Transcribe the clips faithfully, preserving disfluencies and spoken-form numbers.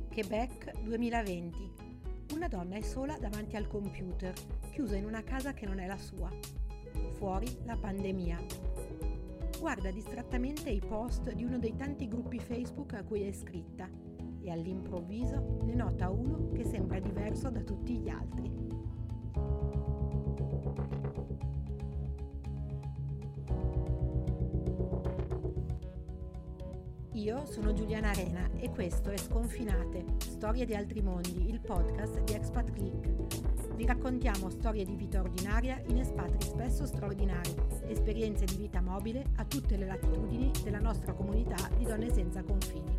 Quebec duemilaventi. Una donna è sola davanti al computer, chiusa in una casa che non è la sua. Fuori la pandemia. Guarda distrattamente i post di uno dei tanti gruppi Facebook a cui è iscritta e all'improvviso ne nota uno che sembra diverso da tutti gli altri. Io sono Giuliana Arena e questo è Sconfinate, Storie di altri mondi, il podcast di Expat Click. Vi raccontiamo storie di vita ordinaria in espatri spesso straordinari, esperienze di vita mobile a tutte le latitudini della nostra comunità di donne senza confini.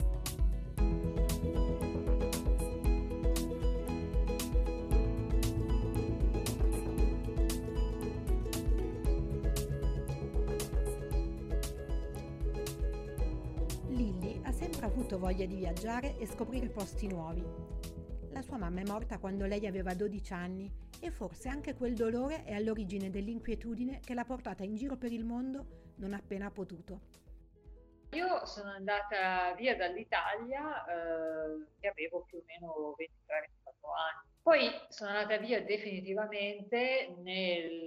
Lilly ha sempre avuto voglia di viaggiare e scoprire posti nuovi. La sua mamma è morta quando lei aveva dodici anni e forse anche quel dolore è all'origine dell'inquietudine che l'ha portata in giro per il mondo non appena ha potuto. Io sono andata via dall'Italia eh, e avevo più o meno ventitré ventiquattro anni. Poi sono andata via definitivamente nel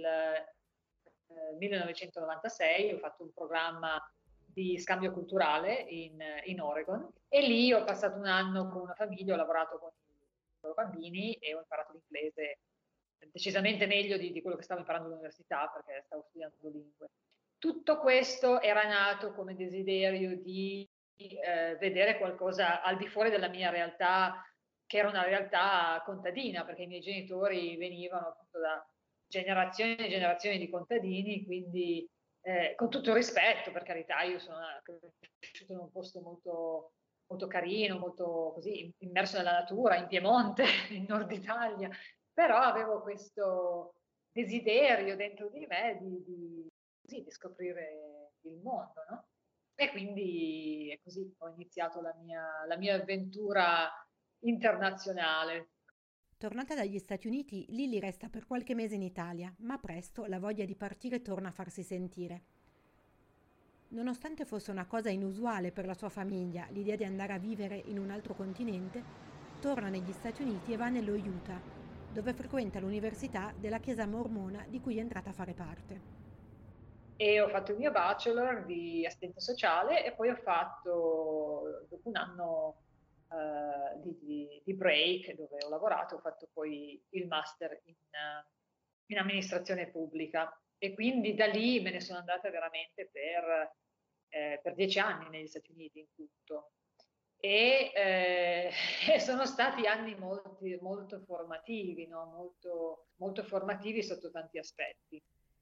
eh, millenovecentonovantasei, ho fatto un programma di scambio culturale in, in Oregon e lì ho passato un anno con una famiglia, ho lavorato con i loro bambini e ho imparato l'inglese decisamente meglio di, di quello che stavo imparando all'università perché stavo studiando lingue. Tutto questo era nato come desiderio di eh, vedere qualcosa al di fuori della mia realtà, che era una realtà contadina, perché i miei genitori venivano appunto da generazioni e generazioni di contadini, quindi eh, con tutto il rispetto, per carità, io sono cresciuta in un posto molto, molto carino, molto così immerso nella natura, in Piemonte, in Nord Italia, però avevo questo desiderio dentro di me di, di, così, di scoprire il mondo, no? E quindi è così ho iniziato la mia, la mia avventura internazionale. Tornata dagli Stati Uniti, Lilly resta per qualche mese in Italia, ma presto la voglia di partire torna a farsi sentire. Nonostante fosse una cosa inusuale per la sua famiglia l'idea di andare a vivere in un altro continente, torna negli Stati Uniti e va nello Utah, dove frequenta l'università della chiesa mormona di cui è entrata a fare parte. E ho fatto il mio bachelor di assistenza sociale e poi ho fatto, dopo un anno eh, di, di- di break dove ho lavorato, ho fatto poi il master in, eh, in amministrazione pubblica e quindi da lì me ne sono andata veramente per, eh, per dieci anni negli Stati Uniti in tutto. E eh, sono stati anni molti- molto formativi, no? Molto, molto formativi sotto tanti aspetti.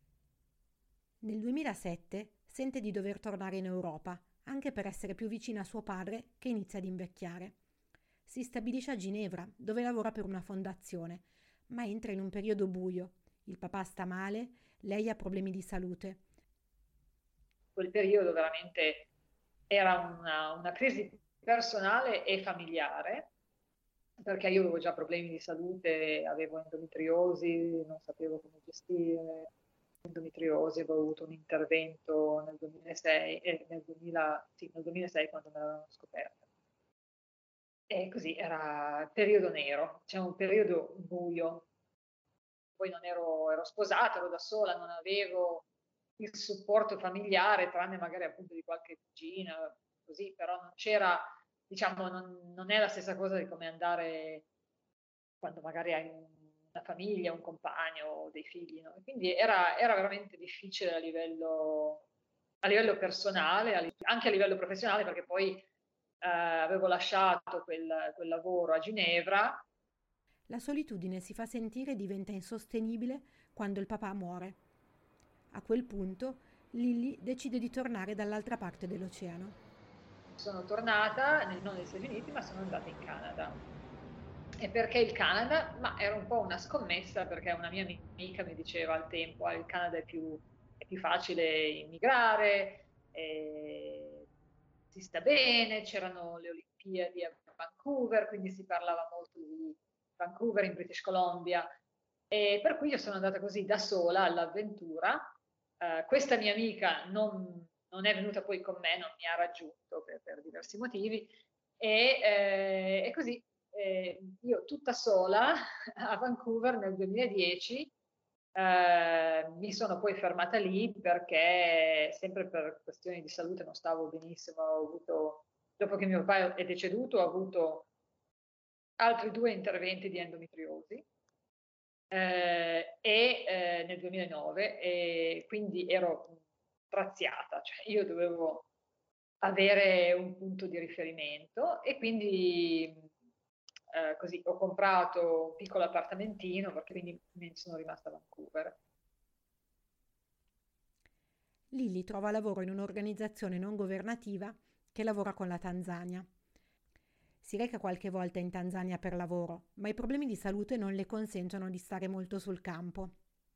Nel duemilasette sente di dover tornare in Europa, anche per essere più vicina a suo padre che inizia ad invecchiare. Si stabilisce a Ginevra, dove lavora per una fondazione, ma entra in un periodo buio. Il papà sta male, lei ha problemi di salute. Quel periodo veramente era una, una crisi personale e familiare, perché io avevo già problemi di salute, avevo endometriosi, non sapevo come gestire l'endometriosi, avevo avuto un intervento nel duemilasei, eh, nel duemila, sì, nel duemilasei quando me l'avevano scoperta. E così era periodo nero, c'è un periodo buio. Poi non ero, ero sposata, ero da sola, non avevo il supporto familiare, tranne magari appunto di qualche cugina, così, però non c'era, diciamo, non, non è la stessa cosa di come andare quando magari hai una famiglia, un compagno, dei figli, no? E quindi era, era veramente difficile a livello, a livello personale, anche a livello professionale, perché poi eh, avevo lasciato quel, quel lavoro a Ginevra. La solitudine si fa sentire e diventa insostenibile quando il papà muore. A quel punto Lilly decide di tornare dall'altra parte dell'oceano. Sono tornata, nel- non negli Stati Uniti, ma sono andata in Canada. E perché il Canada? Ma era un po' una scommessa perché una mia amica mi diceva al tempo, ah, il Canada è più, è più facile immigrare, eh, si sta bene, c'erano le Olimpiadi a Vancouver, quindi si parlava molto di Vancouver in British Columbia. E per cui io sono andata così da sola all'avventura. Eh, questa mia amica non, non è venuta poi con me, non mi ha raggiunto per, per diversi motivi E, eh, e così eh, io tutta sola a Vancouver nel duemiladieci eh, mi sono poi fermata lì perché sempre per questioni di salute non stavo benissimo, ho avuto, dopo che mio papà è deceduto, ho avuto altri due interventi di endometriosi eh, e eh, nel duemilanove e quindi ero straziata, cioè io dovevo avere un punto di riferimento e quindi eh, così ho comprato un piccolo appartamentino perché quindi me ne sono rimasta a Vancouver. Lilly trova lavoro in un'organizzazione non governativa che lavora con la Tanzania. Si reca qualche volta in Tanzania per lavoro, ma i problemi di salute non le consentono di stare molto sul campo.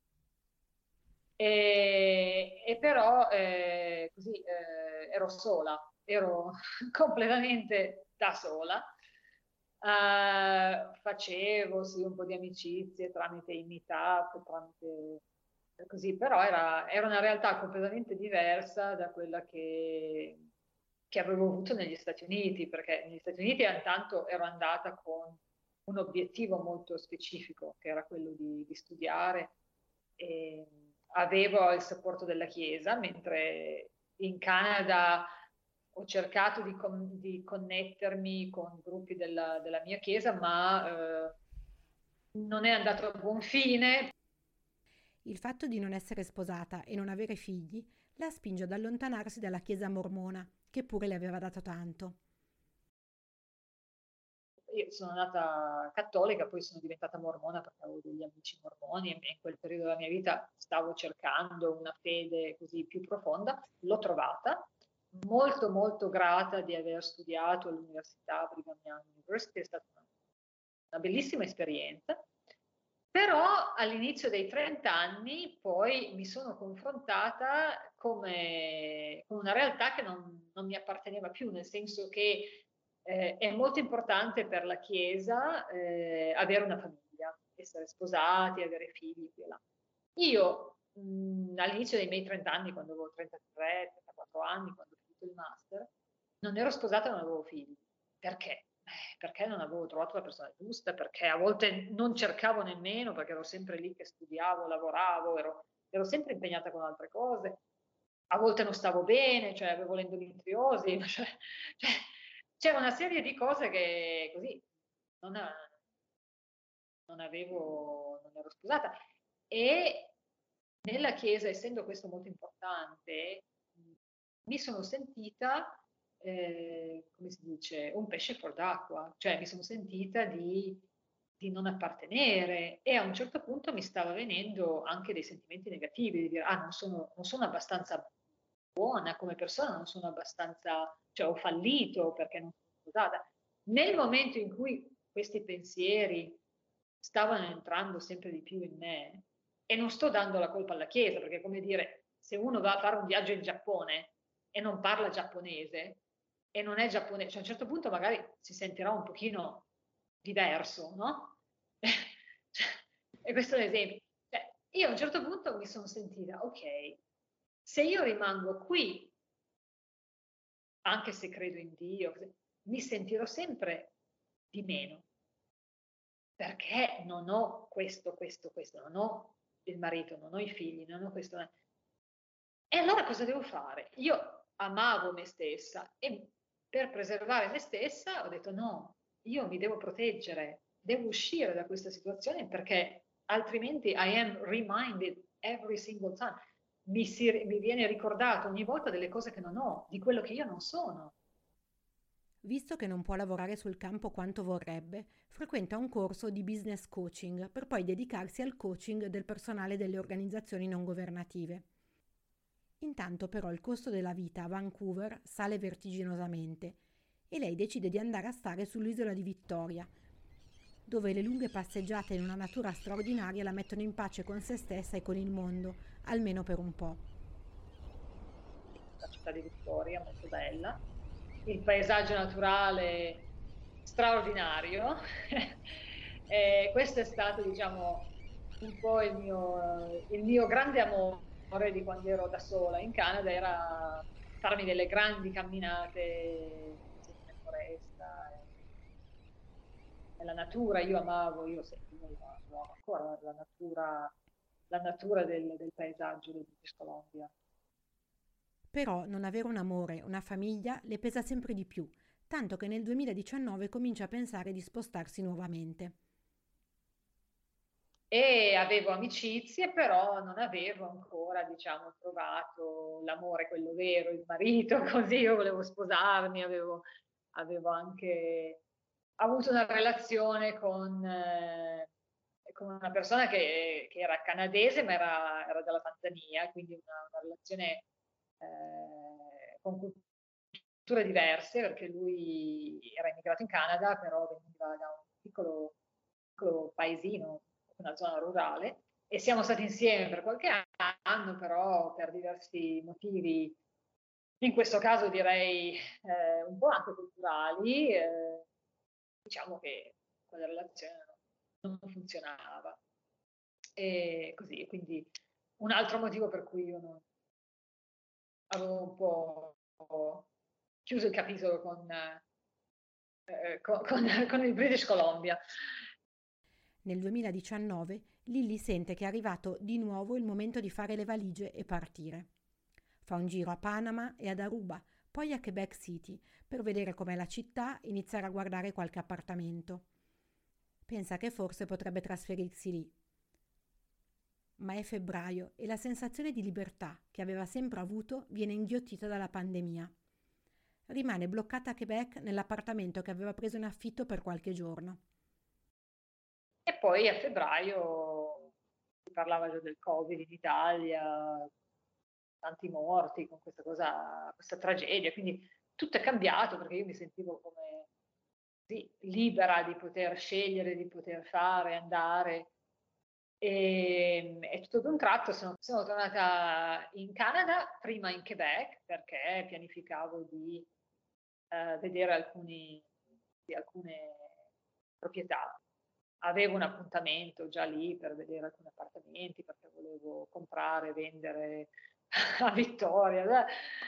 E, e però eh, così eh, ero sola, ero completamente da sola. Uh, facevo sì un po' di amicizie tramite i meetup, tramite così, però era, era una realtà completamente diversa da quella che, che avevo avuto negli Stati Uniti, perché negli Stati Uniti intanto ero andata con un obiettivo molto specifico, che era quello di, di studiare. E avevo il supporto della Chiesa, mentre in Canada ho cercato di, con, di connettermi con gruppi della, della mia Chiesa, ma eh, non è andato a buon fine. Il fatto di non essere sposata e non avere figli la spinge ad allontanarsi dalla Chiesa mormona, che pure le aveva dato tanto. Io sono nata cattolica, poi sono diventata mormona perché avevo degli amici mormoni e in quel periodo della mia vita stavo cercando una fede così più profonda. L'ho trovata, molto molto grata di aver studiato all'Università Brigham Young University, è stata una, una bellissima esperienza. Però all'inizio dei trenta anni poi mi sono confrontata come, con una realtà che non, non mi apparteneva più, nel senso che eh, è molto importante per la Chiesa eh, avere una famiglia, essere sposati, avere figli, qui e là. Io mh, all'inizio dei miei trenta anni, quando avevo trentatré trentaquattro anni, quando ho finito il master, non ero sposata e non avevo figli. Perché? Eh, perché non avevo trovato la persona giusta, perché a volte non cercavo nemmeno, perché ero sempre lì che studiavo, lavoravo, ero, ero sempre impegnata con altre cose. A volte non stavo bene, cioè avevo l'endometriosi, cioè, cioè, c'era una serie di cose che così non, non avevo, non ero sposata. E nella Chiesa, essendo questo molto importante, mi sono sentita, eh, come si dice, un pesce fuor d'acqua, cioè mi sono sentita di, di non appartenere e a un certo punto mi stava venendo anche dei sentimenti negativi, di dire, ah, non sono, non sono abbastanza buona come persona, non sono abbastanza, cioè ho fallito perché non sono sposata. Nel momento in cui questi pensieri stavano entrando sempre di più in me, e non sto dando la colpa alla Chiesa, perché come dire, se uno va a fare un viaggio in Giappone e non parla giapponese e non è giapponese, cioè a un certo punto magari si sentirà un pochino diverso, no? E questo è un esempio. Cioè, io a un certo punto mi sono sentita, ok, se io rimango qui, anche se credo in Dio, mi sentirò sempre di meno, perché non ho questo, questo, questo, non ho il marito, non ho i figli, non ho questo. E allora cosa devo fare? Io amavo me stessa e per preservare me stessa ho detto no, io mi devo proteggere, devo uscire da questa situazione perché altrimenti I am reminded every single time. Mi, si, mi viene ricordato ogni volta delle cose che non ho, di quello che io non sono. Visto che non può lavorare sul campo quanto vorrebbe, frequenta un corso di business coaching per poi dedicarsi al coaching del personale delle organizzazioni non governative. Intanto però il costo della vita a Vancouver sale vertiginosamente e lei decide di andare a stare sull'isola di Vittoria, dove le lunghe passeggiate in una natura straordinaria la mettono in pace con se stessa e con il mondo, almeno per un po'. La città di Vittoria, molto bella, il paesaggio naturale straordinario. E questo è stato, diciamo, un po' il mio, il mio grande amore di quando ero da sola in Canada, era farmi delle grandi camminate foresta, e la natura. Io amavo, io sempre lo lo amo ancora, la natura, la natura del, del paesaggio del British Columbia. Però non avere un amore, una famiglia, le pesa sempre di più, tanto che nel duemiladiciannove comincia a pensare di spostarsi nuovamente. E avevo amicizie, però non avevo ancora, diciamo, trovato l'amore, quello vero, il marito, così io volevo sposarmi, avevo, avevo anche avuto una relazione con, eh, con una persona che, che era canadese, ma era, era dalla Tanzania, quindi una, una relazione eh, con culture diverse, perché lui era immigrato in Canada, però veniva da un piccolo, piccolo paesino, una zona rurale, e siamo stati insieme per qualche anno, però per diversi motivi, in questo caso direi eh, un po' anche culturali, eh, diciamo che quella relazione non, non funzionava. E così, quindi un altro motivo per cui io non, avevo un po' chiuso il capitolo con, eh, con, con, con il British Columbia. Nel duemiladiciannove Lily sente che è arrivato di nuovo il momento di fare le valigie e partire. Fa un giro a Panama e ad Aruba, poi a Quebec City, per vedere com'è la città e iniziare a guardare qualche appartamento. Pensa che forse potrebbe trasferirsi lì. Ma è febbraio e la sensazione di libertà che aveva sempre avuto viene inghiottita dalla pandemia. Rimane bloccata a Quebec nell'appartamento che aveva preso in affitto per qualche giorno. E poi a febbraio si parlava già del Covid in Italia, tanti morti con questa cosa, questa tragedia, quindi tutto è cambiato perché io mi sentivo come sì, libera di poter scegliere, di poter fare, andare. E, e tutto ad un tratto sono, sono tornata in Canada, prima in Quebec, perché pianificavo di eh, vedere alcuni, di alcune proprietà. Avevo un appuntamento già lì per vedere alcuni appartamenti, perché volevo comprare, vendere a Vittoria.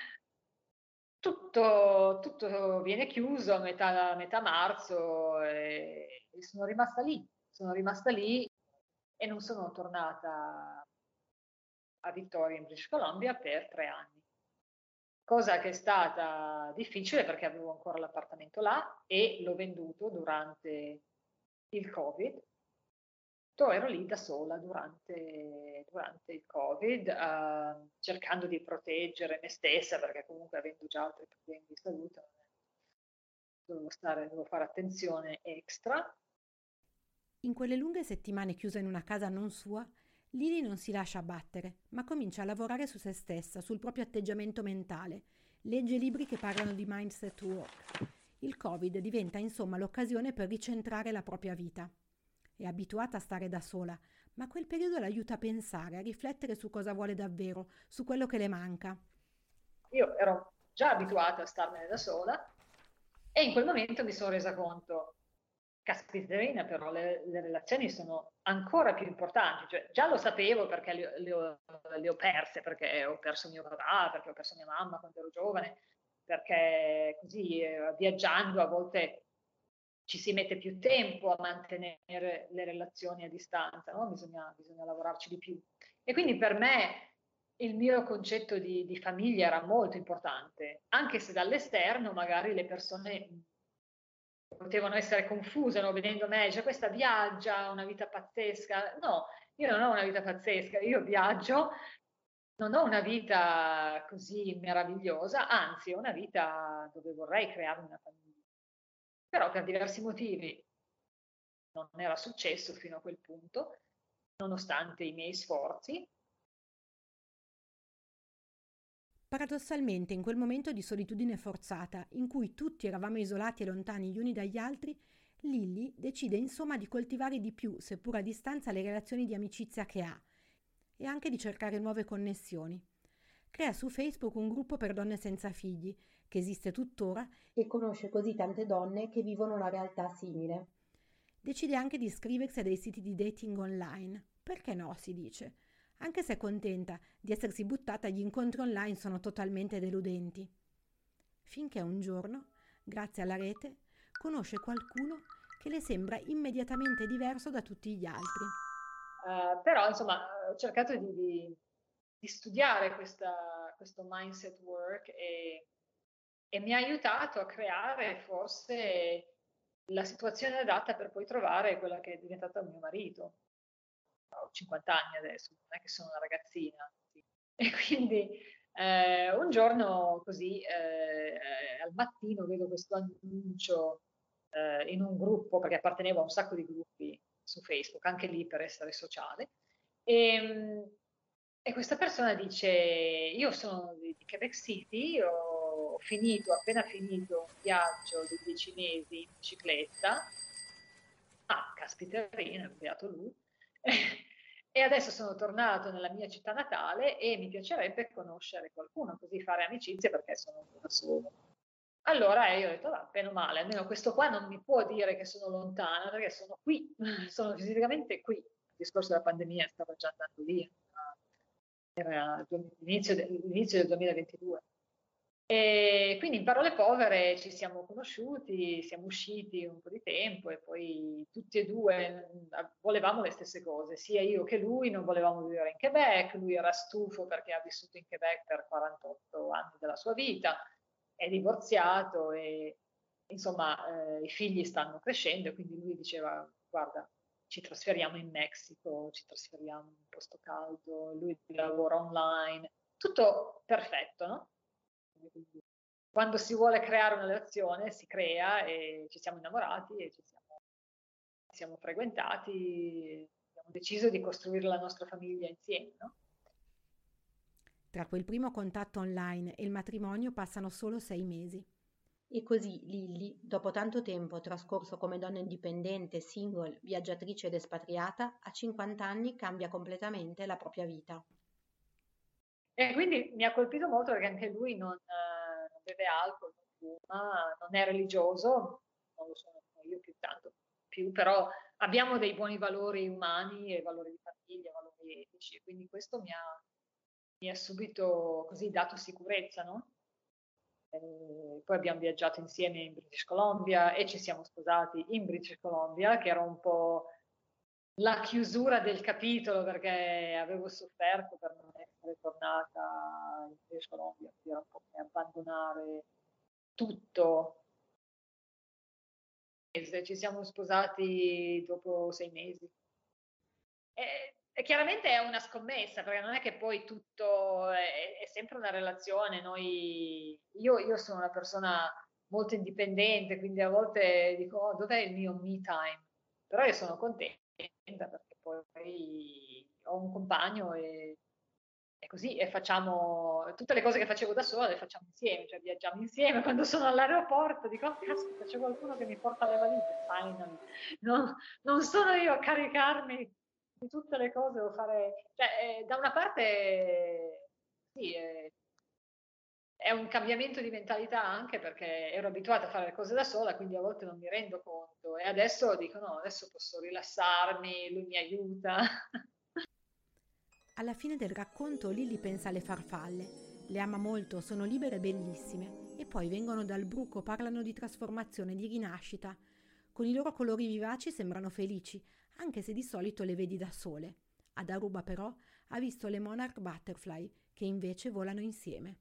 Tutto, tutto viene chiuso a metà, a metà marzo e, e sono rimasta lì. Sono rimasta lì e non sono tornata a Vittoria in British Columbia per tre anni. Cosa che è stata difficile perché avevo ancora l'appartamento là e l'ho venduto durante il Covid. Ero lì da sola durante, durante il Covid, eh, cercando di proteggere me stessa, perché comunque avendo già altri problemi di salute dovevo, stare, dovevo fare attenzione extra. In quelle lunghe settimane chiusa in una casa non sua, Lily non si lascia abbattere, ma comincia a lavorare su se stessa, sul proprio atteggiamento mentale. Legge libri che parlano di mindset work. Il Covid diventa insomma l'occasione per ricentrare la propria vita. È abituata a stare da sola, ma quel periodo l'aiuta a pensare, a riflettere su cosa vuole davvero, su quello che le manca. Io ero già abituata a starmene da sola e in quel momento mi sono resa conto, caspiterina, però le, le relazioni sono ancora più importanti. Cioè, già lo sapevo perché le, le, ho, le ho perse, perché ho perso mio papà, perché ho perso mia mamma quando ero giovane, perché così eh, viaggiando a volte ci si mette più tempo a mantenere le relazioni a distanza, no? Bisogna, bisogna lavorarci di più. E quindi per me il mio concetto di, di famiglia era molto importante, anche se dall'esterno magari le persone potevano essere confuse, no? Vedendo me, cioè questa viaggia, ha una vita pazzesca. No, io non ho una vita pazzesca, io viaggio, non ho una vita così meravigliosa, anzi ho una vita dove vorrei creare una famiglia. Però per diversi motivi non era successo fino a quel punto, nonostante i miei sforzi. Paradossalmente, in quel momento di solitudine forzata, in cui tutti eravamo isolati e lontani gli uni dagli altri, Lily decide insomma di coltivare di più, seppur a distanza, le relazioni di amicizia che ha e anche di cercare nuove connessioni. Crea su Facebook un gruppo per donne senza figli, che esiste tuttora e conosce così tante donne che vivono una realtà simile. Decide anche di iscriversi a dei siti di dating online. Perché no, si dice. Anche se è contenta di essersi buttata, gli incontri online sono totalmente deludenti. Finché un giorno Grazie alla rete conosce qualcuno che le sembra immediatamente diverso da tutti gli altri. Uh, però insomma ho cercato di, di, di studiare questa, questo mindset work e, e mi ha aiutato a creare forse la situazione adatta per poi trovare quella che è diventata mio marito. Ho cinquanta anni adesso, non è che sono una ragazzina. Sì. E quindi eh, un giorno così eh, al mattino vedo questo annuncio eh, in un gruppo, perché appartenevo a un sacco di gruppi su Facebook, anche lì per essere sociale, e, e questa persona dice, io sono di, di Quebec City, ho finito, appena finito un viaggio di dieci mesi in bicicletta. Ah, caspiterina, beato lui. E adesso sono tornato nella mia città natale e mi piacerebbe conoscere qualcuno, così fare amicizie perché sono da solo. Allora io ho detto, va, bene o male, almeno questo qua non mi può dire che sono lontana perché sono qui, sono fisicamente qui. Il discorso della pandemia stava già andando via, era l'inizio l'inizio del duemilaventidue. E quindi in parole povere ci siamo conosciuti, siamo usciti un po' di tempo e poi tutti e due mh, volevamo le stesse cose, sia io che lui non volevamo vivere in Quebec, lui era stufo perché ha vissuto in Quebec per quarantotto anni della sua vita, è divorziato e insomma eh, i figli stanno crescendo e quindi lui diceva guarda ci trasferiamo in Messico, ci trasferiamo in un posto caldo, lui lavora online, tutto perfetto, no? Quando si vuole creare una relazione si crea e ci siamo innamorati e ci siamo, ci siamo frequentati, abbiamo deciso di costruire la nostra famiglia insieme, no? Tra quel primo contatto online e il matrimonio passano solo sei mesi. E così Lilly, dopo tanto tempo trascorso come donna indipendente, single, viaggiatrice ed espatriata, a cinquanta anni cambia completamente la propria vita. E quindi mi ha colpito molto perché anche lui non, eh, non beve alcol, non fuma, non è religioso, non lo sono io più tanto più, però abbiamo dei buoni valori umani e valori di famiglia, valori etici, quindi questo mi ha, mi ha subito così dato sicurezza, no? Eh, poi abbiamo viaggiato insieme in British Columbia e ci siamo sposati in British Columbia, che era un po' la chiusura del capitolo perché avevo sofferto per non essere tornata in British Columbia, quindi era un po' come abbandonare tutto. Ci siamo sposati dopo sei mesi. E, e chiaramente è una scommessa, perché non è che poi tutto è, è sempre una relazione. Noi, io, io sono una persona molto indipendente, quindi a volte dico, oh, dov'è il mio me time? Però io sono contenta perché poi ho un compagno e, e così e facciamo tutte le cose che facevo da sola, le facciamo insieme, cioè viaggiamo insieme. Quando sono all'aeroporto dico, oh, caspita, c'è qualcuno che mi porta le valigie, finally. No, non sono io a caricarmi di tutte le cose, devo fare, cioè, eh, da una parte sì, eh, è un cambiamento di mentalità anche perché ero abituata a fare le cose da sola, quindi a volte non mi rendo conto e adesso dico no, adesso posso rilassarmi, lui mi aiuta. Alla fine del racconto Lilly pensa alle farfalle. Le ama molto, sono libere e bellissime. E poi vengono dal bruco, parlano di trasformazione, di rinascita. Con i loro colori vivaci sembrano felici, anche se di solito le vedi da sole. Ad Aruba però ha visto le monarch butterfly, che invece volano insieme.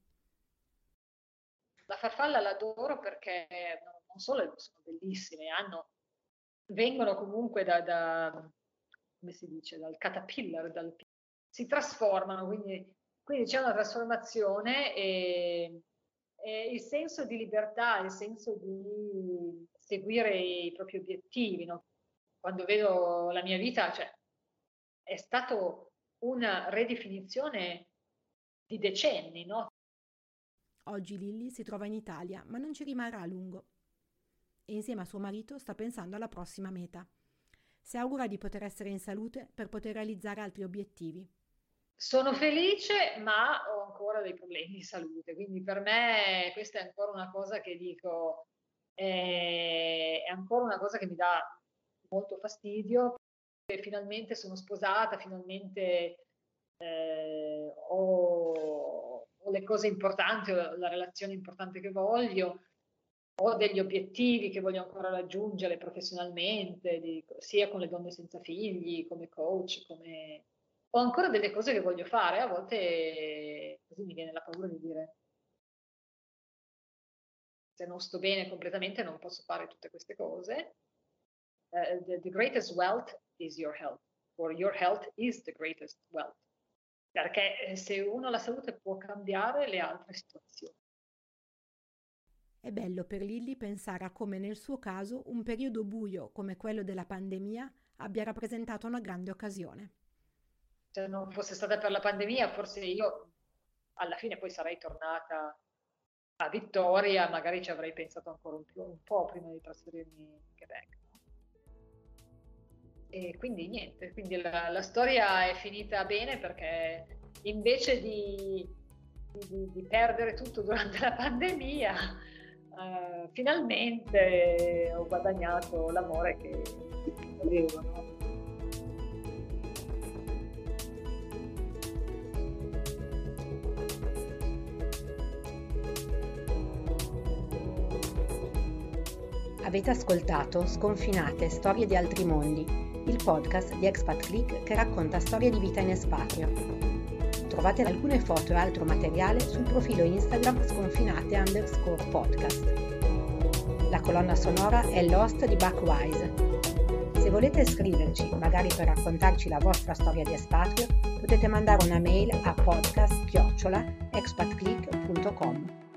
La farfalla l'adoro perché non solo sono bellissime, hanno, vengono comunque da, da, come si dice, dal caterpillar, dal, si trasformano, quindi, quindi c'è una trasformazione e, e il senso di libertà, il senso di seguire i propri obiettivi, no? Quando vedo la mia vita, cioè, è stato una ridefinizione di decenni, no? Oggi Lilly si trova in Italia, ma non ci rimarrà a lungo. E insieme a suo marito sta pensando alla prossima meta. Si augura di poter essere in salute per poter realizzare altri obiettivi. Sono felice, ma ho ancora dei problemi di salute, quindi per me questa è ancora una cosa che dico, eh, è ancora una cosa che mi dà molto fastidio. Finalmente sono sposata, finalmente eh, ho, ho le cose importanti, ho la relazione importante che voglio, ho degli obiettivi che voglio ancora raggiungere professionalmente, di, sia con le donne senza figli, come coach, come... ho ancora delle cose che voglio fare, a volte così mi viene la paura di dire se non sto bene completamente non posso fare tutte queste cose. Uh, the, the greatest wealth is your health, or your health is the greatest wealth, perché se uno ha la salute può cambiare le altre situazioni. È bello per Lilli pensare a come nel suo caso un periodo buio come quello della pandemia abbia rappresentato una grande occasione. Se non fosse stata per la pandemia, forse io alla fine poi sarei tornata a Vittoria, magari ci avrei pensato ancora un, più, un po' prima di trasferirmi in Quebec. E quindi niente, quindi la, la storia è finita bene perché invece di, di, di perdere tutto durante la pandemia, Uh, finalmente ho guadagnato l'amore che volevo, no? Avete ascoltato Sconfinate, storie di altri mondi, il podcast di Expat Click che racconta storie di vita in espatrio. Trovate alcune foto e altro materiale sul profilo Instagram sconfinate underscore podcast. La colonna sonora è Lost di Buckwise. Se volete scriverci, magari per raccontarci la vostra storia di espatrio, potete mandare una mail a podcast chiocciola expatclick punto com.